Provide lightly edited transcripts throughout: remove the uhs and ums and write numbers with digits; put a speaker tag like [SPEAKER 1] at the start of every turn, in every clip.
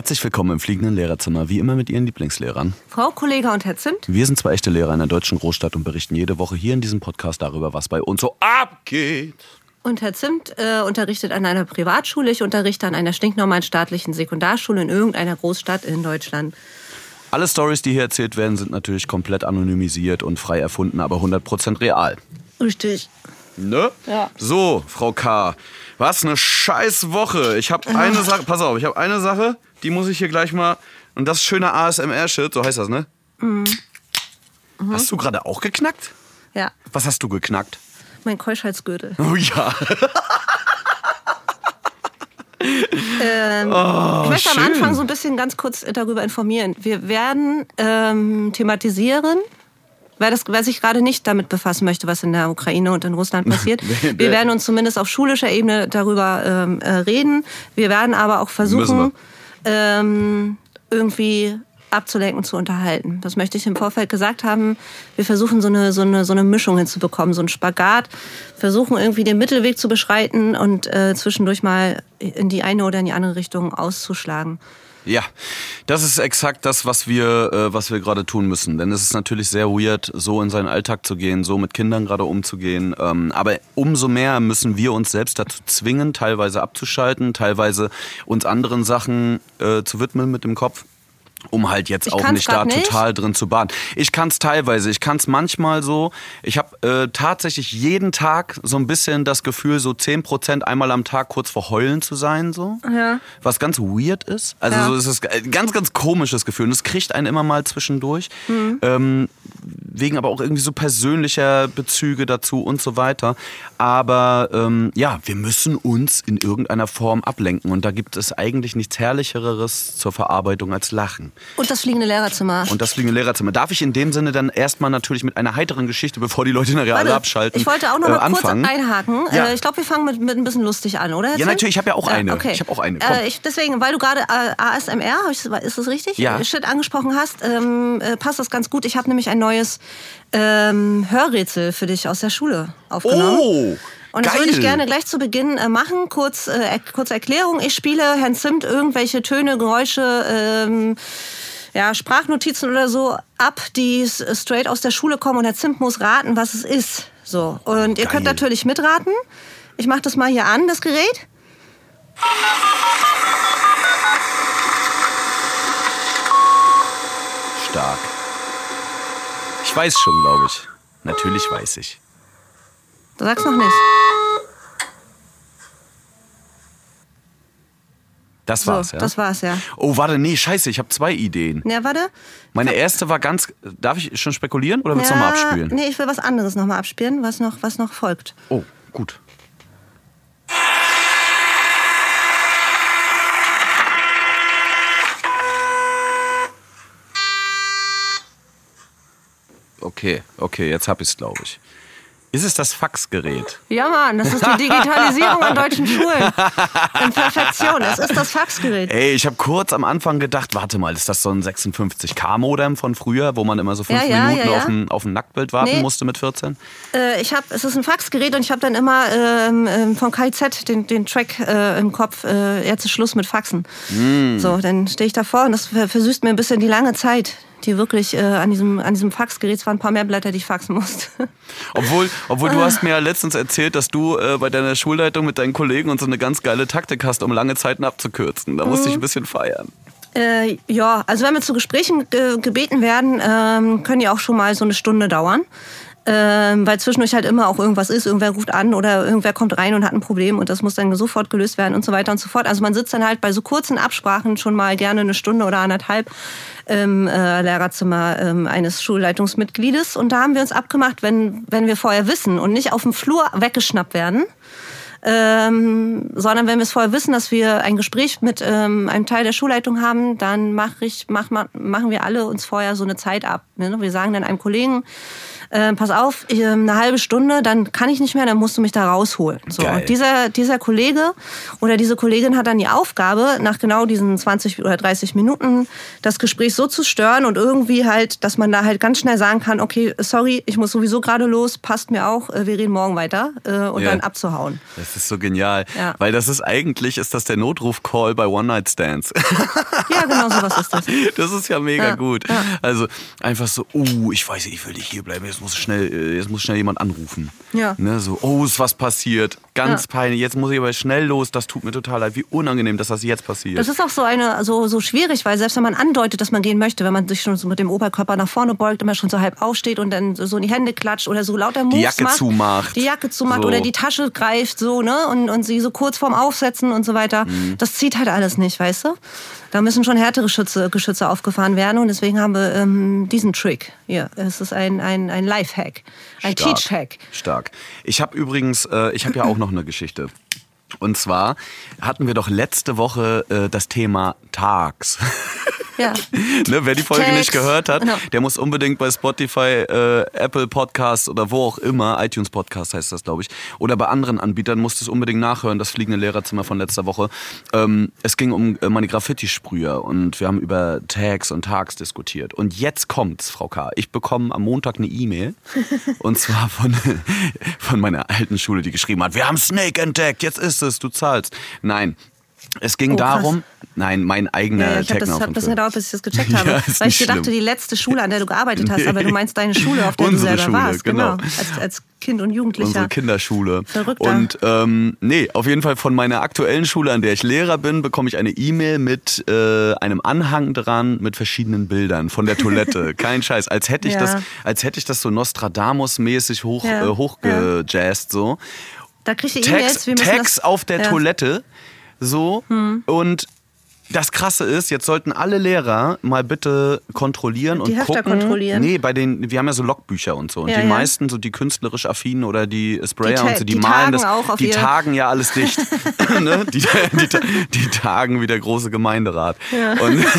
[SPEAKER 1] Herzlich willkommen im fliegenden Lehrerzimmer, wie immer mit Ihren Lieblingslehrern.
[SPEAKER 2] Frau Kollega und Herr Zimt.
[SPEAKER 1] Wir sind zwei echte Lehrer in einer deutschen Großstadt und berichten jede Woche hier in diesem Podcast darüber, was bei uns so abgeht.
[SPEAKER 2] Und Herr Zimt unterrichtet an einer Privatschule, ich unterrichte an einer stinknormalen staatlichen Sekundarschule in irgendeiner Großstadt in Deutschland.
[SPEAKER 1] Alle Storys, die hier erzählt werden, sind natürlich komplett anonymisiert und frei erfunden, aber 100% real.
[SPEAKER 2] Richtig.
[SPEAKER 1] Ne?
[SPEAKER 2] Ja.
[SPEAKER 1] So, Frau K., was eine scheiß Woche. Ich habe eine Sache, pass auf, die muss ich hier gleich mal, und das ist schöner ASMR-Shit, so heißt das, ne? Mhm. Hast du gerade auch geknackt?
[SPEAKER 2] Ja.
[SPEAKER 1] Was hast du geknackt?
[SPEAKER 2] Mein Keuschheitsgürtel.
[SPEAKER 1] Oh ja.
[SPEAKER 2] Ich möchte am
[SPEAKER 1] schön.
[SPEAKER 2] Anfang so ein bisschen ganz kurz darüber informieren. Wir werden thematisieren, wer sich gerade nicht damit befassen möchte, was in der Ukraine und in Russland passiert. Wir werden uns zumindest auf schulischer Ebene darüber reden. Wir werden aber auch versuchen, irgendwie abzulenken, zu unterhalten. Das möchte ich im Vorfeld gesagt haben. Wir versuchen so eine Mischung hinzubekommen, so einen Spagat. Versuchen irgendwie den Mittelweg zu beschreiten und zwischendurch mal in die eine oder in die andere Richtung auszuschlagen.
[SPEAKER 1] Ja, das ist exakt das, was wir gerade tun müssen. Denn es ist natürlich sehr weird, so in seinen Alltag zu gehen, so mit Kindern gerade umzugehen. Aber umso mehr müssen wir uns selbst dazu zwingen, teilweise abzuschalten, teilweise uns anderen Sachen zu widmen mit dem Kopf. Um halt jetzt auch nicht da total drin zu baden. Ich kann es teilweise, ich kann es manchmal so. Ich habe tatsächlich jeden Tag so ein bisschen das Gefühl, so 10% einmal am Tag kurz vor Heulen zu sein. So. Ja. Was ganz weird ist. Also so ist es ein ganz, ganz komisches Gefühl. Und es kriegt einen immer mal zwischendurch. Wegen aber auch irgendwie so persönlicher Bezüge dazu und so weiter. Aber wir müssen uns in irgendeiner Form ablenken. Und da gibt es eigentlich nichts Herrlicheres zur Verarbeitung als Lachen.
[SPEAKER 2] Und das fliegende Lehrerzimmer.
[SPEAKER 1] Darf ich in dem Sinne dann erstmal natürlich mit einer heiteren Geschichte, bevor die Leute nachher alle abschalten,
[SPEAKER 2] ich wollte auch noch mal
[SPEAKER 1] anfangen.
[SPEAKER 2] Kurz einhaken. Ja. Ich glaube, wir fangen mit ein bisschen lustig an, oder?
[SPEAKER 1] Ja, natürlich. Ich habe ja auch eine.
[SPEAKER 2] Okay.
[SPEAKER 1] Ich habe auch eine.
[SPEAKER 2] Deswegen, weil du gerade ASMR, ist das richtig?
[SPEAKER 1] Ja.
[SPEAKER 2] Shit angesprochen hast, passt das ganz gut. Ich habe nämlich ein neues Hörrätsel für dich aus der Schule aufgenommen.
[SPEAKER 1] Oh!
[SPEAKER 2] Und das würde ich gerne gleich zu Beginn machen. Kurze Erklärung. Ich spiele Herrn Zimt irgendwelche Töne, Geräusche, Sprachnotizen oder so ab, die straight aus der Schule kommen. Und Herr Zimt muss raten, was es ist. So. Und ihr könnt natürlich mitraten. Ich mache das mal hier an, das Gerät.
[SPEAKER 1] Stark. Ich weiß schon, glaube ich. Natürlich weiß ich.
[SPEAKER 2] Du sagst noch nicht.
[SPEAKER 1] Das war's, ja?
[SPEAKER 2] Das war's, ja.
[SPEAKER 1] Oh, warte, nee, scheiße, ich habe 2 Ideen.
[SPEAKER 2] Ja, warte.
[SPEAKER 1] Meine erste war darf ich schon spekulieren oder willst du nochmal abspielen?
[SPEAKER 2] Nee, ich will was anderes nochmal abspielen, was noch folgt.
[SPEAKER 1] Oh, gut. Okay, jetzt hab ich's, glaube ich. Ist es das Faxgerät?
[SPEAKER 2] Ja, Mann, das ist die Digitalisierung an deutschen Schulen. In Perfektion, es ist das Faxgerät.
[SPEAKER 1] Ey, ich habe kurz am Anfang gedacht, warte mal, ist das so ein 56K-Modem von früher, wo man immer so 5 Minuten auf ein Nacktbild warten musste mit 14?
[SPEAKER 2] Es ist ein Faxgerät und ich habe dann immer vom KIZ den Track im Kopf, jetzt ist Schluss mit Faxen. So, dann stehe ich davor und das versüßt mir ein bisschen die lange Zeit, die wirklich an diesem Faxgerät, es waren ein paar mehr Blätter, die ich faxen musste.
[SPEAKER 1] Obwohl du hast mir ja letztens erzählt, dass du bei deiner Schulleitung mit deinen Kollegen und so eine ganz geile Taktik hast, um lange Zeiten abzukürzen. Da musste ich ein bisschen feiern.
[SPEAKER 2] Also wenn wir zu Gesprächen gebeten werden, können die auch schon mal so eine Stunde dauern. Weil zwischendurch halt immer auch irgendwas ist, irgendwer ruft an oder irgendwer kommt rein und hat ein Problem und das muss dann sofort gelöst werden und so weiter und so fort. Also man sitzt dann halt bei so kurzen Absprachen schon mal gerne eine Stunde oder 1,5 im Lehrerzimmer eines Schulleitungsmitgliedes und da haben wir uns abgemacht, wenn wir vorher wissen und nicht auf dem Flur weggeschnappt werden, sondern wenn wir es vorher wissen, dass wir ein Gespräch mit einem Teil der Schulleitung haben, dann machen wir alle uns vorher so eine Zeit ab. Ne? Wir sagen dann einem Kollegen, pass auf, eine halbe Stunde, dann kann ich nicht mehr, dann musst du mich da rausholen. So. Und dieser Kollege oder diese Kollegin hat dann die Aufgabe, nach genau diesen 20 oder 30 Minuten das Gespräch so zu stören und irgendwie halt, dass man da halt ganz schnell sagen kann, okay, sorry, ich muss sowieso gerade los, passt mir auch, wir reden morgen weiter und dann abzuhauen.
[SPEAKER 1] Das Das ist so genial.
[SPEAKER 2] Ja.
[SPEAKER 1] Weil eigentlich ist das der Notruf-Call bei One-Night-Stands.
[SPEAKER 2] Ja, genau sowas ist das.
[SPEAKER 1] Das ist ja mega gut.
[SPEAKER 2] Ja.
[SPEAKER 1] Also einfach so, ich weiß nicht, ich will nicht hier bleiben, jetzt muss schnell jemand anrufen.
[SPEAKER 2] Ja.
[SPEAKER 1] Ne, so, ist was passiert, ganz peinlich, jetzt muss ich aber schnell los, das tut mir total leid, wie unangenehm, dass das jetzt passiert.
[SPEAKER 2] Das ist auch so schwierig, weil selbst wenn man andeutet, dass man gehen möchte, wenn man sich schon so mit dem Oberkörper nach vorne beugt, immer schon so halb aufsteht und dann so in die Hände klatscht oder so lauter Moves
[SPEAKER 1] die Jacke zumacht
[SPEAKER 2] so. Oder die Tasche greift so, ne, und sie so kurz vorm Aufsetzen und so weiter. Das zieht halt alles nicht, weißt du? Da müssen schon härtere Geschütze aufgefahren werden und deswegen haben wir diesen Trick hier. Es ist ein Lifehack, ein Teach-Hack.
[SPEAKER 1] Stark. Ich habe übrigens, ja auch noch eine Geschichte. Und zwar hatten wir doch letzte Woche das Thema Tags.
[SPEAKER 2] Ja.
[SPEAKER 1] Ne, wer die Folge
[SPEAKER 2] Tags.
[SPEAKER 1] nicht gehört hat,
[SPEAKER 2] Genau.
[SPEAKER 1] der muss unbedingt bei Spotify, Apple Podcasts oder wo auch immer, iTunes Podcast heißt das, glaube ich, oder bei anderen Anbietern, musst du es unbedingt nachhören, das fliegende Lehrerzimmer von letzter Woche. Es ging um meine Graffiti-Sprüher und wir haben über Tags und Tags diskutiert. Und jetzt kommt's, Frau K. Ich bekomme am Montag eine E-Mail und zwar von meiner alten Schule, die geschrieben hat, wir haben Snake entdeckt, jetzt ist es, du zahlst. Nein. Es ging darum, mein eigener
[SPEAKER 2] Ich habe das ein bisschen gedauert, bis ich das gecheckt habe.
[SPEAKER 1] Ja,
[SPEAKER 2] weil ich dachte, die letzte Schule, an der du gearbeitet hast, aber du meinst deine Schule, auf der
[SPEAKER 1] Unsere
[SPEAKER 2] du selber
[SPEAKER 1] Schule,
[SPEAKER 2] warst. Genau. Als Kind und Jugendlicher.
[SPEAKER 1] Unsere Kinderschule.
[SPEAKER 2] Verrückter.
[SPEAKER 1] Und auf jeden Fall von meiner aktuellen Schule, an der ich Lehrer bin, bekomme ich eine E-Mail mit einem Anhang dran mit verschiedenen Bildern von der Toilette. Kein Scheiß. Als hätte ich das so Nostradamus-mäßig hochgejazzt so.
[SPEAKER 2] Da kriegst du E-Mails.
[SPEAKER 1] Tags auf der Toilette. So, und das Krasse ist, jetzt sollten alle Lehrer mal bitte kontrollieren
[SPEAKER 2] die
[SPEAKER 1] und
[SPEAKER 2] Hefter
[SPEAKER 1] gucken.
[SPEAKER 2] Kontrollieren.
[SPEAKER 1] Nee, wir haben ja so Logbücher und so. Und die meisten, so die künstlerisch affinen oder die Sprayer und so, die malen das.
[SPEAKER 2] Die
[SPEAKER 1] tagen ja alles dicht. Ne? Die tagen wie der große Gemeinderat.
[SPEAKER 2] Ja.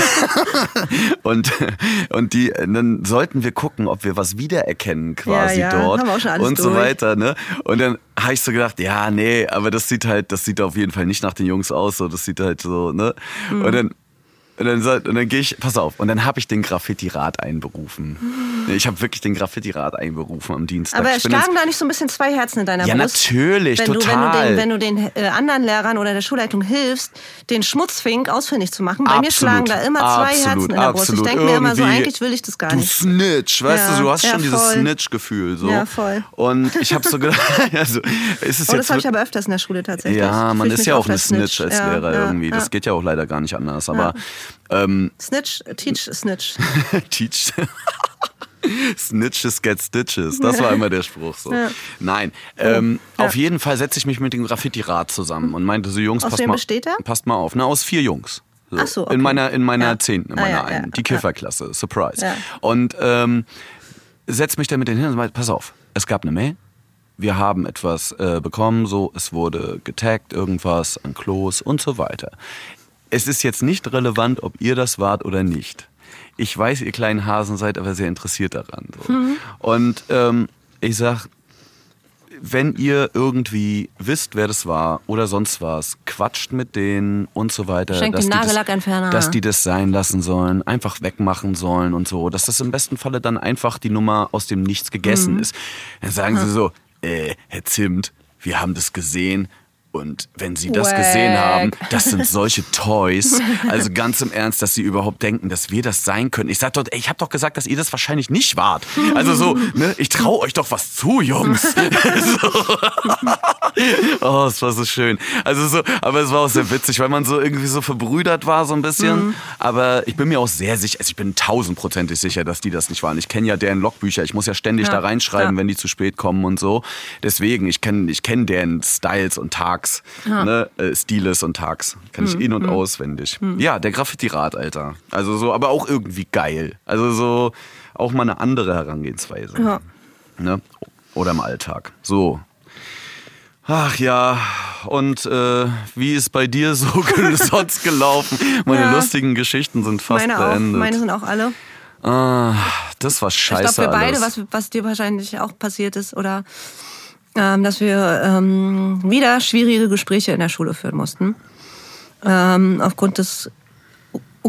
[SPEAKER 1] Und dann sollten wir gucken, ob wir was wiedererkennen quasi dort.
[SPEAKER 2] Haben wir auch schon alles
[SPEAKER 1] und
[SPEAKER 2] durch.
[SPEAKER 1] so weiter. Ne? Und dann habe ich so gedacht, ja, nee, aber das sieht auf jeden Fall nicht nach den Jungs aus. So, das sieht halt so, ne? Und dann gehe ich, pass auf, und dann habe ich den Graffiti-Rat einberufen. Ich habe wirklich den Graffiti-Rat einberufen am Dienstag.
[SPEAKER 2] Aber schlagen da nicht so ein bisschen zwei Herzen in deiner Brust?
[SPEAKER 1] Ja, natürlich, total.
[SPEAKER 2] Wenn du den anderen Lehrern oder der Schulleitung hilfst, den Schmutzfink ausfindig zu machen. Bei mir schlagen da immer zwei Herzen in der Brust. Ich denke mir immer so, eigentlich will ich das gar nicht.
[SPEAKER 1] Du Snitch, weißt du, du hast schon dieses Snitch-Gefühl. So.
[SPEAKER 2] Ja, voll.
[SPEAKER 1] Und ich habe so gedacht, also, ist es
[SPEAKER 2] das habe ich aber öfters in der Schule tatsächlich.
[SPEAKER 1] Ja, man ist ja auch eine Snitch als Lehrer irgendwie. Das geht ja auch leider gar nicht anders. Aber
[SPEAKER 2] Snitch, teach, snitch.
[SPEAKER 1] Teach. Snitches get stitches. Das war immer der Spruch so. Ja. Nein, auf jeden Fall setze ich mich mit dem Graffiti-Rat zusammen und meinte so, Jungs, passt mal auf. Aus 4 Jungs. So.
[SPEAKER 2] Ach so, okay.
[SPEAKER 1] In meiner 10. Die Kifferklasse. Surprise.
[SPEAKER 2] Ja.
[SPEAKER 1] Und setze mich dann mit denen hin und meinte, pass auf, es gab eine Mail. Wir haben etwas bekommen, so, es wurde getaggt, irgendwas an Klos und so weiter. Es ist jetzt nicht relevant, ob ihr das wart oder nicht. Ich weiß, ihr kleinen Hasen seid aber sehr interessiert daran. So. Und ich sag, wenn ihr irgendwie wisst, wer das war oder sonst was, quatscht mit denen und so weiter.
[SPEAKER 2] Schenkt den Nagellackentferner.
[SPEAKER 1] Dass die das sein lassen sollen, einfach wegmachen sollen und so. Dass das im besten Falle dann einfach die Nummer aus dem Nichts gegessen ist. Dann sagen sie so, Herr Zimt, wir haben das gesehen. Und wenn Sie das gesehen haben, das sind solche Toys. Also ganz im Ernst, dass Sie überhaupt denken, dass wir das sein können. Ich sag doch, ich habe doch gesagt, dass ihr das wahrscheinlich nicht wart. Also so, ne, ich traue euch doch was zu, Jungs. Oh, es war so schön. Also so, aber es war auch sehr witzig, weil man so irgendwie so verbrüdert war so ein bisschen. Aber ich bin mir auch sehr sicher, also ich bin 1000%ig sicher, dass die das nicht waren. Ich kenne ja deren Logbücher. Ich muss ja ständig da reinschreiben, wenn die zu spät kommen und so. Deswegen, ich kenn deren Styles und Tags. Ne? Stiles und Tags. Kann ich in- und auswendig. Ja, der Graffiti-Rat, Alter. Also so, aber auch irgendwie geil. Also so, auch mal eine andere Herangehensweise. Ja. Ne? Oder im Alltag. So. Ach ja, und wie ist bei dir so sonst gelaufen? Meine lustigen Geschichten sind fast beendet.
[SPEAKER 2] Meine sind auch alle.
[SPEAKER 1] Das war scheiße.
[SPEAKER 2] Ich glaube, wir beide, was dir wahrscheinlich auch passiert ist, oder dass wir wieder schwierige Gespräche in der Schule führen mussten. Aufgrund des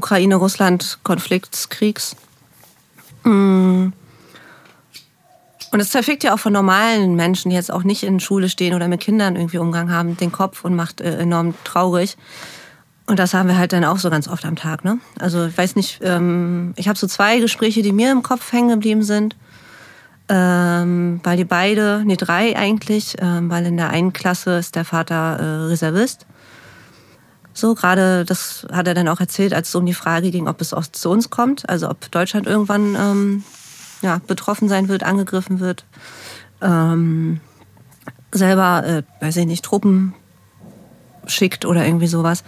[SPEAKER 2] Ukraine-Russland-Konflikts, Kriegs. Und es zerfickt ja auch von normalen Menschen, die jetzt auch nicht in Schule stehen oder mit Kindern irgendwie Umgang haben, den Kopf und macht enorm traurig. Und das haben wir halt dann auch so ganz oft am Tag, ne? Also ich weiß nicht, ich habe so 2 Gespräche, die mir im Kopf hängen geblieben sind. Weil die 3 eigentlich, weil in der einen Klasse ist der Vater Reservist. So, gerade das hat er dann auch erzählt, als es um die Frage ging, ob es auch zu uns kommt, also ob Deutschland irgendwann betroffen sein wird, angegriffen wird. Selber, weiß ich nicht, Truppen schickt oder irgendwie sowas.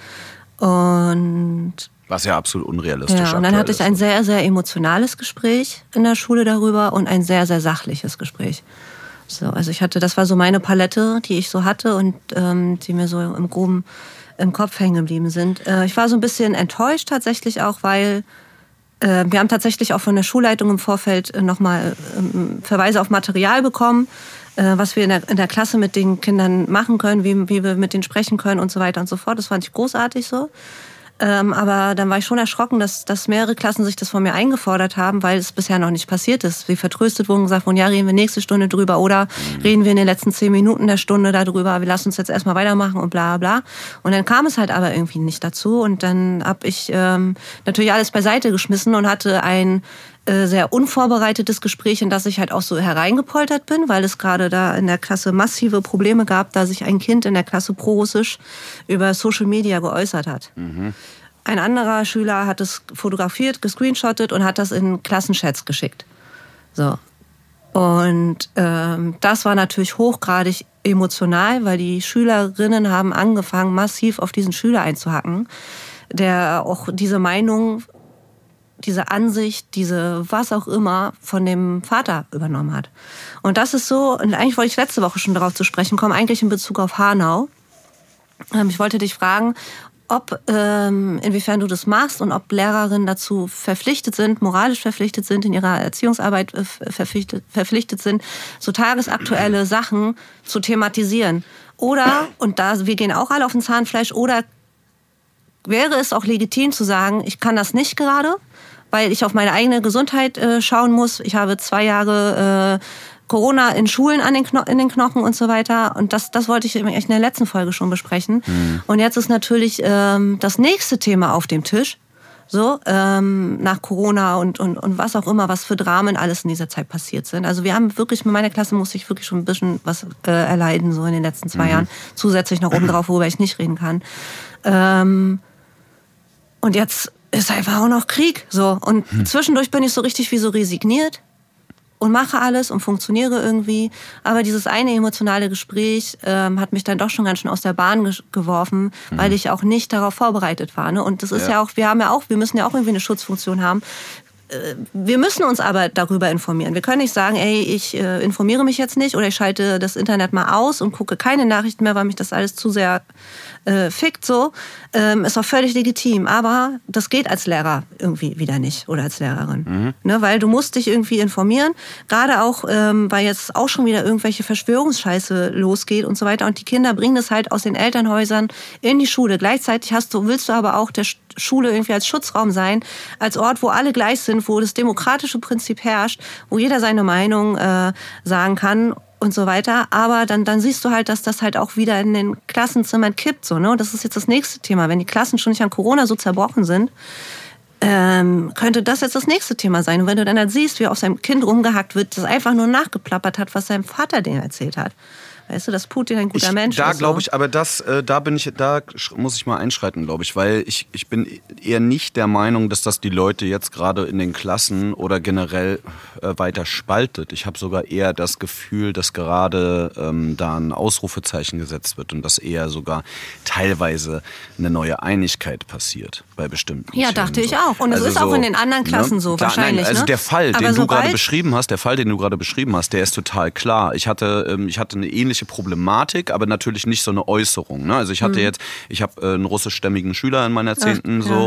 [SPEAKER 2] Und
[SPEAKER 1] was ja absolut unrealistisch ist.
[SPEAKER 2] Ja, und dann hatte ich ein sehr, sehr emotionales Gespräch in der Schule darüber und ein sehr, sehr sachliches Gespräch. So, also das war so meine Palette, die ich so hatte und die mir so im Groben im Kopf hängen geblieben sind. Ich war so ein bisschen enttäuscht tatsächlich auch, weil wir haben tatsächlich auch von der Schulleitung im Vorfeld nochmal Verweise auf Material bekommen, was wir in der Klasse mit den Kindern machen können, wie wir mit denen sprechen können und so weiter und so fort. Das fand ich großartig so. Aber dann war ich schon erschrocken, dass mehrere Klassen sich das von mir eingefordert haben, weil es bisher noch nicht passiert ist. Sie vertröstet wurden und gesagt wurden, ja, reden wir nächste Stunde drüber oder reden wir in den letzten 10 Minuten der Stunde darüber, wir lassen uns jetzt erstmal weitermachen und bla bla. Und dann kam es halt aber irgendwie nicht dazu und dann habe ich natürlich alles beiseite geschmissen und hatte ein sehr unvorbereitetes Gespräch, in das ich halt auch so hereingepoltert bin, weil es gerade da in der Klasse massive Probleme gab, da sich ein Kind in der Klasse pro-russisch über Social Media geäußert hat. Mhm. Ein anderer Schüler hat es fotografiert, gescreenshottet und hat das in Klassenchats geschickt. So. Und das war natürlich hochgradig emotional, weil die Schülerinnen haben angefangen, massiv auf diesen Schüler einzuhacken, der auch diese Meinung, diese Ansicht, diese was auch immer von dem Vater übernommen hat. Und das ist so, und eigentlich wollte ich letzte Woche schon darauf zu sprechen kommen, eigentlich in Bezug auf Hanau. Ich wollte dich fragen, ob inwiefern du das machst und ob Lehrerinnen dazu verpflichtet sind, moralisch verpflichtet sind, in ihrer Erziehungsarbeit verpflichtet sind, so tagesaktuelle Sachen zu thematisieren. Oder, und da wir gehen auch alle auf den Zahnfleisch, oder wäre es auch legitim zu sagen, ich kann das nicht gerade, weil ich auf meine eigene Gesundheit schauen muss. Ich habe 2 Jahre Corona in Schulen in den Knochen und so weiter. Und das wollte ich echt in der letzten Folge schon besprechen. Mhm. Und jetzt ist natürlich das nächste Thema auf dem Tisch. So, nach Corona und was auch immer, was für Dramen alles in dieser Zeit passiert sind. Also wir haben wirklich, mit meiner Klasse musste ich wirklich schon ein bisschen was erleiden, so in den letzten 2 Jahren. Zusätzlich noch oben drauf, worüber ich nicht reden kann. Und jetzt ist einfach auch noch Krieg. So. Und zwischendurch bin ich so richtig wie so resigniert und mache alles und funktioniere irgendwie. Aber dieses eine emotionale Gespräch hat mich dann doch schon ganz schön aus der Bahn geworfen, weil ich auch nicht darauf vorbereitet war. Ne? Und das ist ja auch, wir müssen ja auch irgendwie eine Schutzfunktion haben. Wir müssen uns aber darüber informieren. Wir können nicht sagen, ey, ich informiere mich jetzt nicht oder ich schalte das Internet mal aus und gucke keine Nachrichten mehr, weil mich das alles zu sehr fickt. So. Ist auch völlig legitim. Aber das geht als Lehrer irgendwie wieder nicht oder als Lehrerin. Mhm. Ne, weil du musst dich irgendwie informieren. Gerade auch, weil jetzt auch schon wieder irgendwelche Verschwörungsscheiße losgeht und so weiter. Und die Kinder bringen das halt aus den Elternhäusern in die Schule. Gleichzeitig willst du aber auch der Schule irgendwie als Schutzraum sein, als Ort, wo alle gleich sind, wo das demokratische Prinzip herrscht, wo jeder seine Meinung sagen kann und so weiter. Aber dann siehst du halt, dass das halt auch wieder in den Klassenzimmern kippt. So, ne? Und das ist jetzt das nächste Thema. Wenn die Klassen schon nicht an Corona so zerbrochen sind, könnte das jetzt das nächste Thema sein. Und wenn du dann halt siehst, wie auf seinem Kind rumgehackt wird, das einfach nur nachgeplappert hat, was sein Vater denen erzählt hat. Weißt du, dass Putin ein guter Mensch ist.
[SPEAKER 1] Da glaube ich, aber da muss ich mal einschreiten, glaube ich, weil ich bin eher nicht der Meinung, dass das die Leute jetzt gerade in den Klassen oder generell weiter spaltet. Ich habe sogar eher das Gefühl, dass gerade da ein Ausrufezeichen gesetzt wird und dass eher sogar teilweise eine neue Einigkeit passiert bei bestimmten
[SPEAKER 2] Ja, dachte ich auch. Und es ist auch in den anderen Klassen so, klar, wahrscheinlich.
[SPEAKER 1] Nein, also
[SPEAKER 2] ne?
[SPEAKER 1] der Fall, den du gerade beschrieben hast, der ist total klar. Ich hatte eine ähnliche ähnliche Problematik, aber natürlich nicht so eine Äußerung. Ne? Also ich hatte ich habe einen russischstämmigen Schüler in meiner 10. so.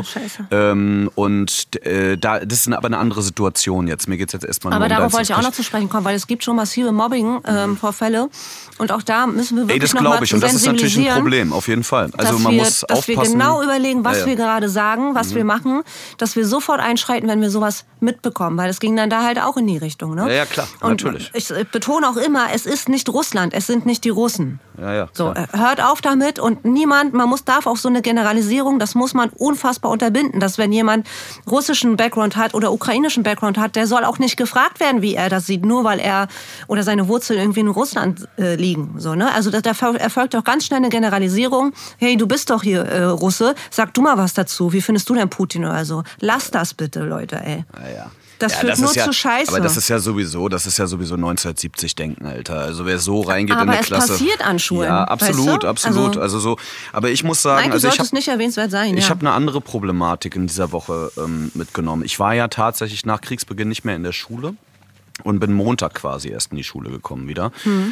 [SPEAKER 1] Das ist aber eine andere Situation jetzt. Mir geht es jetzt erstmal nur
[SPEAKER 2] um darauf wollte ich auch noch zu sprechen kommen, weil es gibt schon massive Mobbing-Vorfälle. Und auch da müssen wir wirklich nochmal
[SPEAKER 1] sensibilisieren. Das ist natürlich ein Problem, auf jeden Fall. Also man muss aufpassen.
[SPEAKER 2] Dass wir genau überlegen, was wir gerade sagen, was wir machen, dass wir sofort einschreiten, wenn wir sowas mitbekommen. Weil es ging dann da halt auch in die Richtung. Ne?
[SPEAKER 1] Ja, klar,
[SPEAKER 2] und
[SPEAKER 1] natürlich.
[SPEAKER 2] Ich betone auch immer, es ist nicht Russland, es sind nicht die Russen.
[SPEAKER 1] Ja,
[SPEAKER 2] so, hört auf damit und darf auch so eine Generalisierung, das muss man unfassbar unterbinden, dass wenn jemand russischen Background hat oder ukrainischen Background hat, der soll auch nicht gefragt werden, wie er das sieht, nur weil er oder seine Wurzeln irgendwie in Russland liegen. So, ne? Also da erfolgt auch ganz schnell eine Generalisierung. Hey, du bist doch hier Russe, sag du mal was dazu. Wie findest du denn Putin oder so? Lass das bitte, Leute, ey.
[SPEAKER 1] Ja.
[SPEAKER 2] Das führt nur zu Scheiße.
[SPEAKER 1] Aber das ist ja sowieso 1970-Denken, Alter. Also wer so reingeht in eine Klasse...
[SPEAKER 2] Aber es passiert an Schulen.
[SPEAKER 1] Ja, absolut,
[SPEAKER 2] weißt du?
[SPEAKER 1] Also so. Aber ich muss sagen...
[SPEAKER 2] Eigentlich sollte es nicht erwähnenswert sein.
[SPEAKER 1] Ich habe eine andere Problematik in dieser Woche mitgenommen. Ich war ja tatsächlich nach Kriegsbeginn nicht mehr in der Schule und bin Montag quasi erst in die Schule gekommen wieder.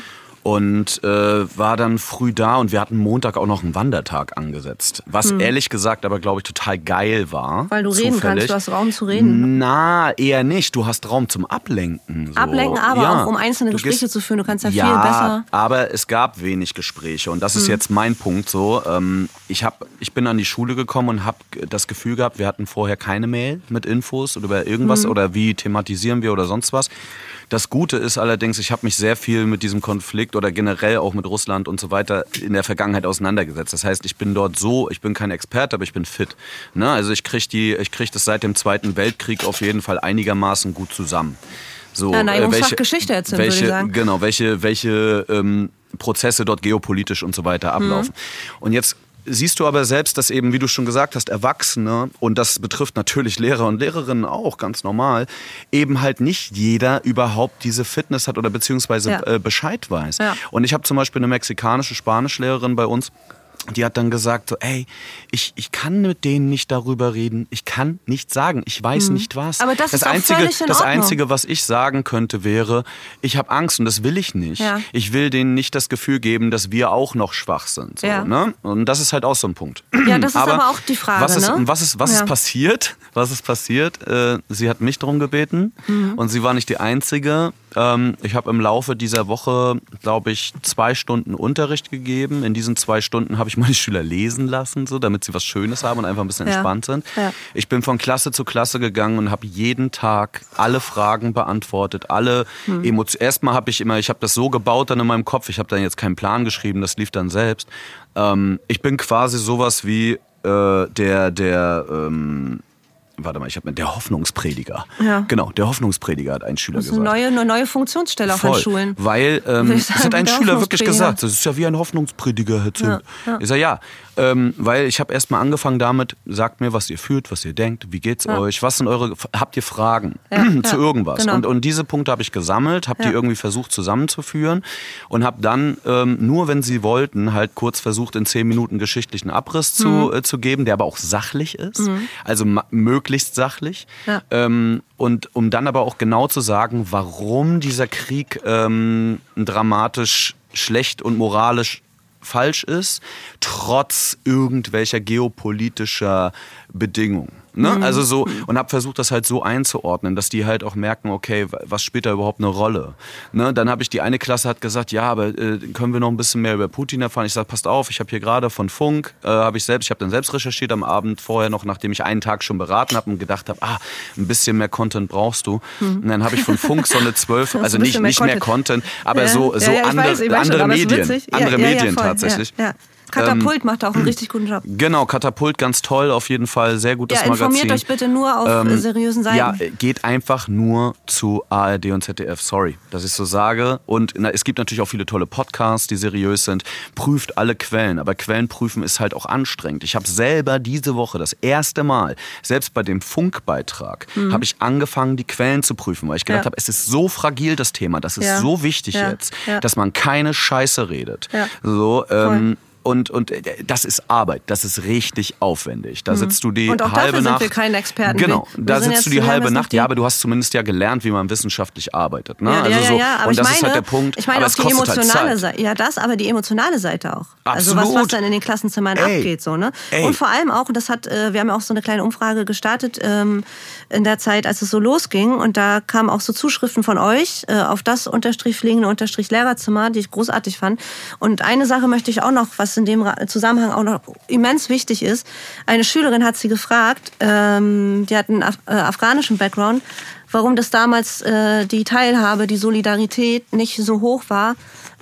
[SPEAKER 1] Und war dann früh da und wir hatten Montag auch noch einen Wandertag angesetzt. Was ehrlich gesagt aber, glaube ich, total geil war.
[SPEAKER 2] Weil du reden kannst, du hast Raum zu reden.
[SPEAKER 1] Na, eher nicht. Du hast Raum zum Ablenken. So.
[SPEAKER 2] Ablenken, aber auch um einzelne Gespräche zu führen. Du kannst ja viel besser...
[SPEAKER 1] aber es gab wenig Gespräche und das ist jetzt mein Punkt so. Ich bin an die Schule gekommen und habe das Gefühl gehabt, wir hatten vorher keine Mail mit Infos oder über irgendwas oder wie thematisieren wir oder sonst was. Das Gute ist allerdings, ich habe mich sehr viel mit diesem Konflikt oder generell auch mit Russland und so weiter in der Vergangenheit auseinandergesetzt. Das heißt, ich bin kein Experte, aber ich bin fit. Ne? Also ich krieg das seit dem Zweiten Weltkrieg auf jeden Fall einigermaßen gut zusammen. So,
[SPEAKER 2] welche Geschichte erzählen, würde ich sagen.
[SPEAKER 1] Genau, welche Prozesse dort geopolitisch und so weiter ablaufen. Und jetzt siehst du aber selbst, dass eben, wie du schon gesagt hast, Erwachsene, und das betrifft natürlich Lehrer und Lehrerinnen auch, ganz normal, eben halt nicht jeder überhaupt diese Fitness hat oder beziehungsweise Bescheid weiß. Ja. Und ich habe zum Beispiel eine mexikanische Spanischlehrerin bei uns, die hat dann gesagt, so, ey, ich kann mit denen nicht darüber reden, ich kann nichts sagen, ich weiß nicht was.
[SPEAKER 2] Aber das ist auch völlig in Ordnung.
[SPEAKER 1] Das Einzige, was ich sagen könnte, wäre, ich habe Angst und das will ich nicht. Ja. Ich will denen nicht das Gefühl geben, dass wir auch noch schwach sind. So, ne? Und das ist halt auch so ein Punkt.
[SPEAKER 2] Ja, das ist aber auch die Frage.
[SPEAKER 1] Was ist passiert? Was ist passiert? Sie hat mich darum gebeten und sie war nicht die Einzige. Ich habe im Laufe dieser Woche, glaube ich, 2 Stunden Unterricht gegeben. In diesen 2 Stunden habe ich meine Schüler lesen lassen, so, damit sie was Schönes haben und einfach ein bisschen entspannt sind. Ja. Ich bin von Klasse zu Klasse gegangen und habe jeden Tag alle Fragen beantwortet, alle Emotionen. Erstmal habe ich habe das so gebaut dann in meinem Kopf, ich habe dann jetzt keinen Plan geschrieben, das lief dann selbst. Ich bin quasi sowas wie der Hoffnungsprediger. Ja. Genau, der Hoffnungsprediger hat ein Schüler gesagt.
[SPEAKER 2] Eine neue Funktionsstelle auch an Schulen.
[SPEAKER 1] Weil, es hat ein Schüler wirklich gesagt, das ist ja wie ein Hoffnungsprediger, Herr Zimt. Ja. Ich sage, weil ich habe erstmal angefangen damit, sagt mir, was ihr fühlt, was ihr denkt, wie geht's euch, habt ihr Fragen zu irgendwas? Genau. Und diese Punkte habe ich gesammelt, habe die irgendwie versucht zusammenzuführen und habe dann, nur wenn sie wollten, halt kurz versucht, in 10 Minuten geschichtlichen Abriss zu geben, der aber auch sachlich ist, also möglichst sachlich. Ja. Und um dann aber auch genau zu sagen, warum dieser Krieg dramatisch schlecht und moralisch falsch ist, trotz irgendwelcher geopolitischer Bedingungen. Ne? Also so, und habe versucht, das halt so einzuordnen, dass die halt auch merken, okay, was spielt da überhaupt eine Rolle? Ne? Dann habe ich, die eine Klasse hat gesagt, ja, aber können wir noch ein bisschen mehr über Putin erfahren? Ich sage, passt auf, ich habe hier gerade von Funk, ich habe dann selbst recherchiert am Abend vorher noch, nachdem ich einen Tag schon beraten habe und gedacht habe, ein bisschen mehr Content brauchst du. Und dann habe ich von Funk so eine 12, also nicht mehr Content, aber andere Medien tatsächlich.
[SPEAKER 2] Ja. Katapult macht auch einen richtig guten Job.
[SPEAKER 1] Genau, Katapult ganz toll, auf jeden Fall, sehr gutes Magazin.
[SPEAKER 2] Informiert euch bitte nur auf seriösen Seiten.
[SPEAKER 1] Ja, geht einfach nur zu ARD und ZDF, sorry, dass ich so sage. Und es gibt natürlich auch viele tolle Podcasts, die seriös sind. Prüft alle Quellen, aber Quellen prüfen ist halt auch anstrengend. Ich habe selber diese Woche das erste Mal, selbst bei dem Funkbeitrag, habe ich angefangen, die Quellen zu prüfen, weil ich gedacht habe, es ist so fragil, das Thema, das ist so wichtig jetzt, dass man keine Scheiße redet. Ja. So, und das ist Arbeit, das ist richtig aufwendig. Da sitzt du die
[SPEAKER 2] und auch
[SPEAKER 1] halbe
[SPEAKER 2] dafür
[SPEAKER 1] Nacht.
[SPEAKER 2] sind wir keine Experten.
[SPEAKER 1] Genau, da sitzt du die halbe Nacht.
[SPEAKER 2] Ja,
[SPEAKER 1] aber du hast zumindest ja gelernt, wie man wissenschaftlich arbeitet. Ne?
[SPEAKER 2] Ja, aber
[SPEAKER 1] und das
[SPEAKER 2] ist halt
[SPEAKER 1] der Punkt.
[SPEAKER 2] Ich meine
[SPEAKER 1] aber
[SPEAKER 2] auch die emotionale Seite. Ja, aber die emotionale Seite auch.
[SPEAKER 1] Absolut.
[SPEAKER 2] Also was dann in den Klassenzimmern abgeht. So, ne? Und vor allem auch, wir haben ja auch so eine kleine Umfrage gestartet in der Zeit, als es so losging. Und da kamen auch so Zuschriften von euch auf das _fliegende_Lehrerzimmer, die ich großartig fand. Und eine Sache möchte ich auch noch, was in dem Zusammenhang auch noch immens wichtig ist. Eine Schülerin hat sie gefragt, die hat einen afghanischen Background, warum das damals die Teilhabe, die Solidarität nicht so hoch war,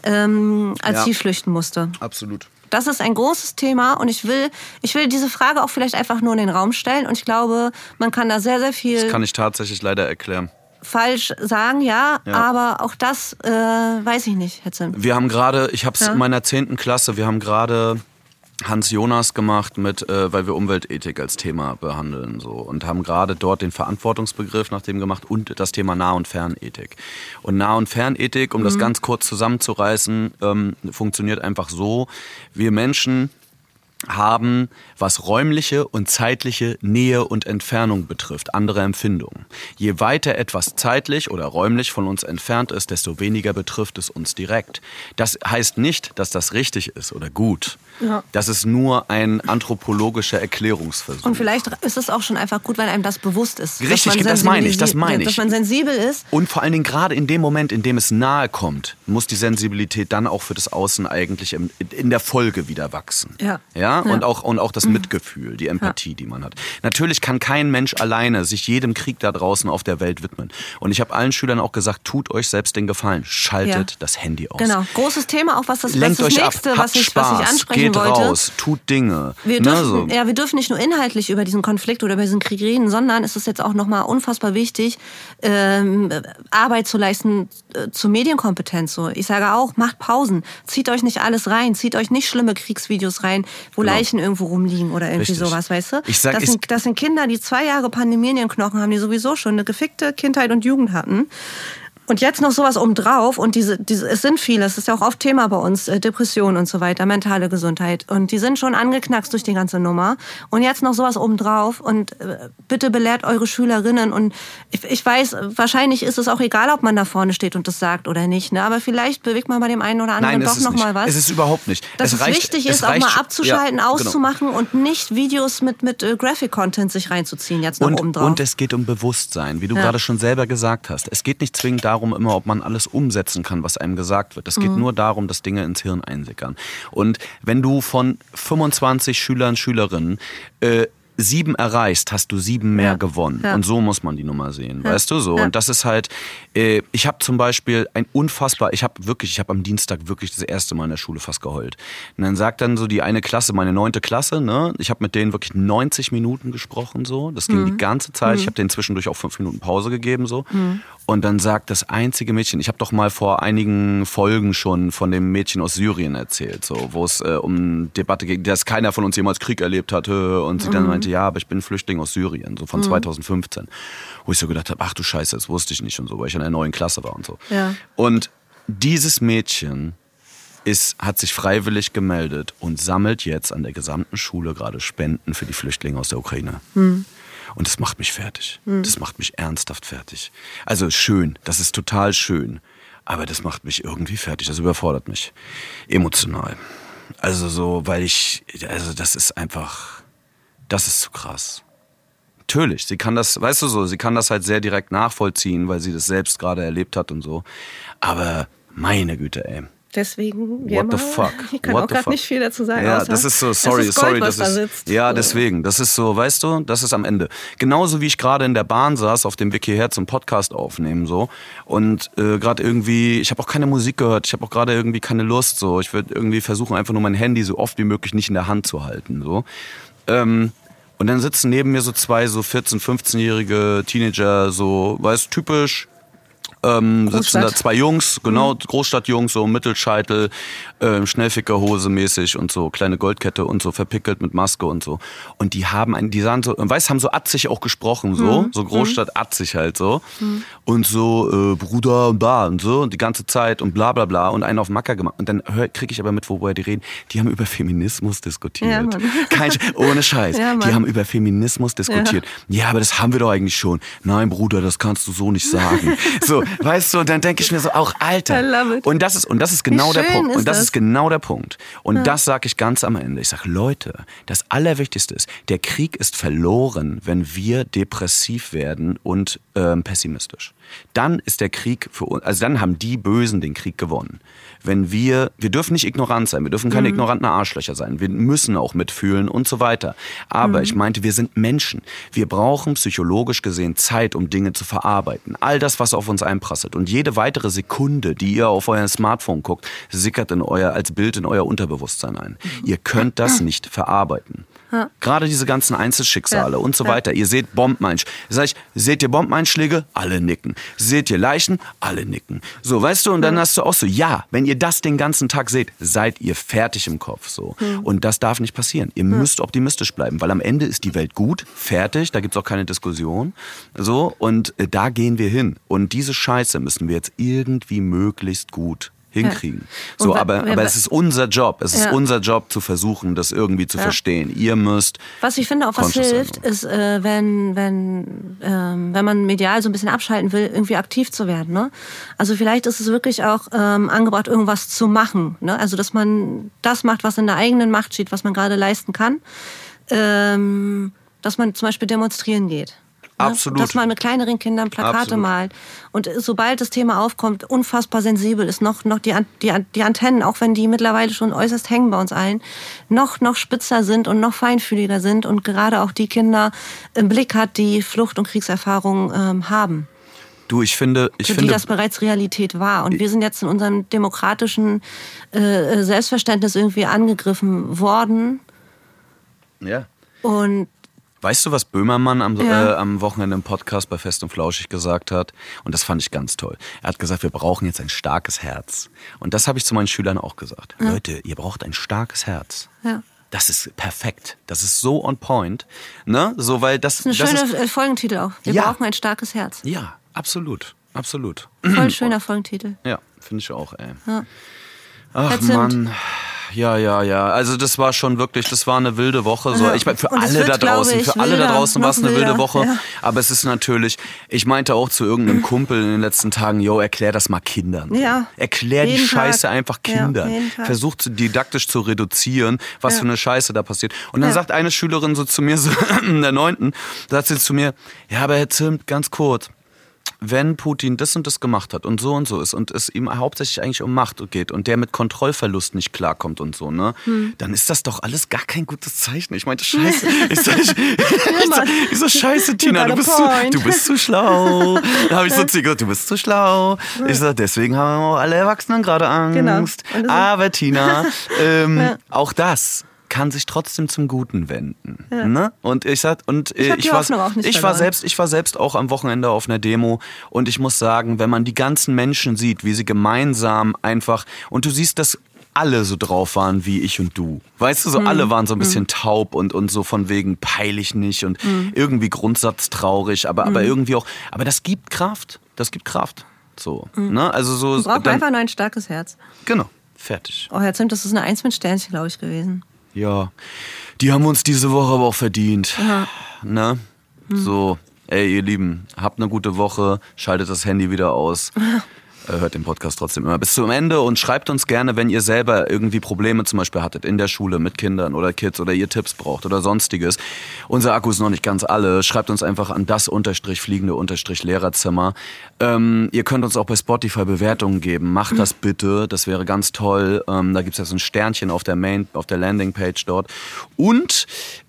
[SPEAKER 2] als sie flüchten musste.
[SPEAKER 1] Absolut.
[SPEAKER 2] Das ist ein großes Thema und ich will diese Frage auch vielleicht einfach nur in den Raum stellen und ich glaube, man kann da sehr, sehr viel...
[SPEAKER 1] Das kann ich tatsächlich leider erklären.
[SPEAKER 2] Falsch sagen, ja, aber auch das weiß ich nicht, Herr Zimt.
[SPEAKER 1] Wir haben gerade, ich habe es in meiner 10. Klasse, wir haben gerade Hans Jonas gemacht weil wir Umweltethik als Thema behandeln so und haben gerade dort den Verantwortungsbegriff nach dem gemacht und das Thema Nah- und Fernethik. Und Nah- und Fernethik, um das ganz kurz zusammenzureißen, funktioniert einfach so: Wir Menschen haben, was räumliche und zeitliche Nähe und Entfernung betrifft, andere Empfindungen. Je weiter etwas zeitlich oder räumlich von uns entfernt ist, desto weniger betrifft es uns direkt. Das heißt nicht, dass das richtig ist oder gut. Ja. Das ist nur ein anthropologischer Erklärungsversuch.
[SPEAKER 2] Und vielleicht ist es auch schon einfach gut, weil einem das bewusst ist.
[SPEAKER 1] Richtig, das meine ich. Dass
[SPEAKER 2] man sensibel ist.
[SPEAKER 1] Und vor allen Dingen gerade in dem Moment, in dem es nahe kommt, muss die Sensibilität dann auch für das Außen eigentlich in der Folge wieder wachsen. Ja? Und auch das Mitgefühl, die Empathie, die man hat. Natürlich kann kein Mensch alleine sich jedem Krieg da draußen auf der Welt widmen. Und ich habe allen Schülern auch gesagt, tut euch selbst den Gefallen, schaltet das Handy aus.
[SPEAKER 2] Genau, großes Thema, auch was das
[SPEAKER 1] Lenkt euch
[SPEAKER 2] nächste,
[SPEAKER 1] ab,
[SPEAKER 2] was ich ansprechen
[SPEAKER 1] geht
[SPEAKER 2] wollte.
[SPEAKER 1] Raus, tut Dinge.
[SPEAKER 2] Wir dürfen nicht nur inhaltlich über diesen Konflikt oder über diesen Krieg reden, sondern es ist jetzt auch nochmal unfassbar wichtig, Arbeit zu leisten zur Medienkompetenz. So. Ich sage auch, macht Pausen, zieht euch nicht alles rein, zieht euch nicht schlimme Kriegsvideos rein, wo Leichen irgendwo rumliegen oder irgendwie sowas, weißt du? Das sind Kinder, die 2 Jahre Pandemie in ihren Knochen haben, die sowieso schon eine gefickte Kindheit und Jugend hatten. Und jetzt noch sowas obendrauf und es sind viele, es ist ja auch oft Thema bei uns, Depressionen und so weiter, mentale Gesundheit. Und die sind schon angeknackst durch die ganze Nummer. Und jetzt noch sowas obendrauf und bitte belehrt eure Schülerinnen. Und ich weiß, wahrscheinlich ist es auch egal, ob man da vorne steht und das sagt oder nicht. Ne? Aber vielleicht bewegt man bei dem einen oder anderen doch noch mal was.
[SPEAKER 1] Es ist überhaupt nicht.
[SPEAKER 2] Dass es wichtig ist, auch mal abzuschalten, auszumachen und nicht Videos mit Graphic-Content sich reinzuziehen, jetzt noch obendrauf.
[SPEAKER 1] Und es geht um Bewusstsein, wie du gerade schon selber gesagt hast. Es geht nicht zwingend darum immer, ob man alles umsetzen kann, was einem gesagt wird. Es geht nur darum, dass Dinge ins Hirn einsickern. Und wenn du von 25 Schülern, Schülerinnen 7 erreichst, hast du 7 mehr gewonnen. Ja. Und so muss man die Nummer sehen, weißt du so. Ja. Und das ist halt, ich habe zum Beispiel ich habe am Dienstag wirklich das erste Mal in der Schule fast geheult. Und dann sagt dann so die eine Klasse, meine 9. Klasse, ne, ich habe mit denen wirklich 90 Minuten gesprochen, so. Das ging die ganze Zeit. Ich habe denen zwischendurch auch 5 Minuten Pause gegeben, so. Und dann sagt das einzige Mädchen, ich habe doch mal vor einigen Folgen schon von dem Mädchen aus Syrien erzählt, so, wo es um Debatte ging, dass keiner von uns jemals Krieg erlebt hatte und sie dann meinte, ja, aber ich bin Flüchtling aus Syrien, so von 2015. Wo ich so gedacht habe, ach du Scheiße, das wusste ich nicht und so, weil ich in der 9. Klasse war und so. Ja. Und dieses Mädchen hat sich freiwillig gemeldet und sammelt jetzt an der gesamten Schule gerade Spenden für die Flüchtlinge aus der Ukraine. Und das macht mich fertig. Das macht mich ernsthaft fertig. Also schön, das ist total schön. Aber das macht mich irgendwie fertig. Das überfordert mich. Emotional. Also so, das ist einfach, das ist zu krass. Natürlich, sie kann das, weißt du so, sie kann das halt sehr direkt nachvollziehen, weil sie das selbst gerade erlebt hat und so. Aber meine Güte, ey.
[SPEAKER 2] Deswegen,
[SPEAKER 1] what the fuck?
[SPEAKER 2] Ich kann auch gerade nicht viel dazu sagen.
[SPEAKER 1] Ja, das ist so, sorry, das ist, ja, deswegen, das ist so, weißt du, das ist am Ende. Genauso wie ich gerade in der Bahn saß, auf dem Weg hierher zum Podcast aufnehmen, so, und gerade irgendwie, ich habe auch keine Musik gehört, ich habe auch gerade irgendwie keine Lust, so, ich würde irgendwie versuchen, einfach nur mein Handy so oft wie möglich nicht in der Hand zu halten, so. Und dann sitzen neben mir so 2 so 14-, 15-jährige Teenager, so, weißt, typisch sitzen da 2 Jungs, genau, Großstadtjungs, so Mittelscheitel, Schnellfickerhose mäßig und so, kleine Goldkette und so, verpickelt mit Maske und so. Und die sahen so, haben so atzig auch gesprochen, so Großstadt atzig halt so. Und so, Bruder und da und so, und die ganze Zeit und bla bla bla und einen auf Macker gemacht. Und dann kriege ich aber mit, woher die reden. Die haben über Feminismus diskutiert. Ja, ohne Scheiß. Ja, die haben über Feminismus diskutiert. Ja, aber das haben wir doch eigentlich schon. Nein, Bruder, das kannst du so nicht sagen. So, weißt du, und dann denke ich mir so, auch Alter. Und das ist genau der Punkt. Und das ist genau der Punkt. Und das sage ich ganz am Ende. Ich sage, Leute, das Allerwichtigste ist, der Krieg ist verloren, wenn wir depressiv werden und pessimistisch. Dann ist der Krieg für uns, also dann haben die Bösen den Krieg gewonnen. Wenn wir dürfen nicht ignorant sein, wir dürfen keine ignoranten Arschlöcher sein, wir müssen auch mitfühlen und so weiter. Aber ich meinte, wir sind Menschen. Wir brauchen psychologisch gesehen Zeit, um Dinge zu verarbeiten. All das, was auf uns einprasselt. Und jede weitere Sekunde, die ihr auf euer Smartphone guckt, sickert als Bild in euer Unterbewusstsein ein. Ihr könnt das nicht verarbeiten. Ja. Gerade diese ganzen Einzelschicksale und so weiter. Ihr seht Bombeneinschläge. Sag ich, seht ihr Bombeneinschläge? Alle nicken. Seht ihr Leichen? Alle nicken. So, weißt du, und dann hast du auch so, ja, wenn ihr das den ganzen Tag seht, seid ihr fertig im Kopf. So. Und das darf nicht passieren. Ihr müsst optimistisch bleiben, weil am Ende ist die Welt gut, fertig, da gibt's auch keine Diskussion. So, und da gehen wir hin. Und diese Scheiße müssen wir jetzt irgendwie möglichst gut hinkriegen. Ja. So, aber es ist unser Job. Es ist unser Job zu versuchen, das irgendwie zu verstehen. Ihr müsst.
[SPEAKER 2] Was ich finde auch was hilft, ist, wenn man medial so ein bisschen abschalten will, irgendwie aktiv zu werden. Ne? Also vielleicht ist es wirklich auch angebracht, irgendwas zu machen. Ne? Also dass man das macht, was in der eigenen Macht steht, was man gerade leisten kann. Dass man zum Beispiel demonstrieren geht.
[SPEAKER 1] Absolut.
[SPEAKER 2] Dass man mit kleineren Kindern Plakate malt. Und sobald das Thema aufkommt, unfassbar sensibel ist noch die Antennen, auch wenn die mittlerweile schon äußerst hängen bei uns allen, noch spitzer sind und noch feinfühliger sind und gerade auch die Kinder im Blick hat, die Flucht- und Kriegserfahrung haben.
[SPEAKER 1] Du, ich finde,
[SPEAKER 2] für die das bereits Realität war. Und wir sind jetzt in unserem demokratischen Selbstverständnis irgendwie angegriffen worden.
[SPEAKER 1] Ja.
[SPEAKER 2] Und
[SPEAKER 1] weißt du, was Böhmermann am Wochenende im Podcast bei Fest und Flauschig gesagt hat? Und das fand ich ganz toll. Er hat gesagt, wir brauchen jetzt ein starkes Herz. Und das habe ich zu meinen Schülern auch gesagt. Ja. Leute, ihr braucht ein starkes Herz. Ja. Das ist perfekt. Das ist so on point. Ne? So, weil das ist ein schöner
[SPEAKER 2] Folgentitel auch. Wir brauchen ein starkes Herz.
[SPEAKER 1] Ja, absolut. Absolut.
[SPEAKER 2] Voll schöner Folgentitel.
[SPEAKER 1] Ja, finde ich auch, ey. Ja. Ach Mann. Ja. Also das war schon wirklich, das war eine wilde Woche. So, ich meine, für alle da draußen war es eine wilde Woche. Ja. Aber es ist natürlich, ich meinte auch zu irgendeinem Kumpel in den letzten Tagen, erklär das mal Kindern. Ja. Erklär die Scheiße einfach Kindern. Ja, versucht didaktisch zu reduzieren, was für eine Scheiße da passiert. Und dann sagt eine Schülerin so zu mir, so in der 9., sagt sie zu mir, ja, aber Herr Zimt, ganz kurz, wenn Putin das und das gemacht hat und so ist und es ihm hauptsächlich eigentlich um Macht geht und der mit Kontrollverlust nicht klarkommt und so, ne, dann ist das doch alles gar kein gutes Zeichen. Ich meinte, scheiße. Ich so, scheiße, Tina, du bist zu schlau. Da habe ich so gesagt, du bist zu schlau. Ich so, deswegen haben auch alle Erwachsenen gerade Angst. Genau. Aber Tina, auch das kann sich trotzdem zum Guten wenden. Ja. Ne? Und ich war selbst auch am Wochenende auf einer Demo und ich muss sagen, wenn man die ganzen Menschen sieht, wie sie gemeinsam einfach, und du siehst, dass alle so drauf waren wie ich und du. Weißt du, so alle waren so ein bisschen taub und so von wegen peilig nicht und irgendwie grundsatztraurig, aber irgendwie auch, aber das gibt Kraft. Das gibt Kraft. So, ne? Also so.
[SPEAKER 2] Man braucht einfach nur ein starkes Herz.
[SPEAKER 1] Genau, fertig.
[SPEAKER 2] Oh, Herr Zimt, das ist eine 1 mit Sternchen, glaube ich, gewesen.
[SPEAKER 1] Ja, die haben uns diese Woche aber auch verdient. Ja. Ne? So, ey, ihr Lieben, habt eine gute Woche, schaltet das Handy wieder aus. Hört den Podcast trotzdem immer bis zum Ende und schreibt uns gerne, wenn ihr selber irgendwie Probleme zum Beispiel hattet in der Schule mit Kindern oder Kids oder ihr Tipps braucht oder sonstiges. Unser Akku ist noch nicht ganz alle. Schreibt uns einfach an das_fliegende_Lehrerzimmer. Ihr könnt uns auch bei Spotify Bewertungen geben. Macht das bitte, das wäre ganz toll. Da gibt's ja so ein Sternchen auf der Landingpage dort. Und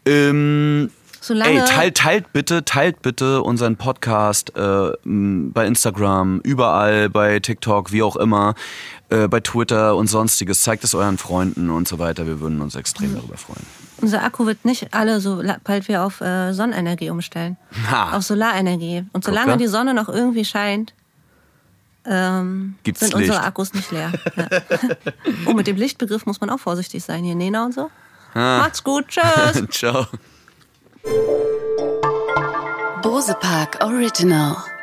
[SPEAKER 1] teilt bitte unseren Podcast bei Instagram, überall, bei TikTok, wie auch immer, bei Twitter und sonstiges. Zeigt es euren Freunden und so weiter. Wir würden uns extrem darüber freuen.
[SPEAKER 2] Unser Akku wird nicht alle so bald wir auf Sonnenenergie umstellen. Auf Solarenergie. Und solange die Sonne noch irgendwie scheint, sind
[SPEAKER 1] Licht?
[SPEAKER 2] unsere Akkus nicht leer. Ja. Und mit dem Lichtbegriff muss man auch vorsichtig sein hier, Nena und so. Macht's gut, tschüss.
[SPEAKER 1] Ciao.
[SPEAKER 3] Bose Park Original.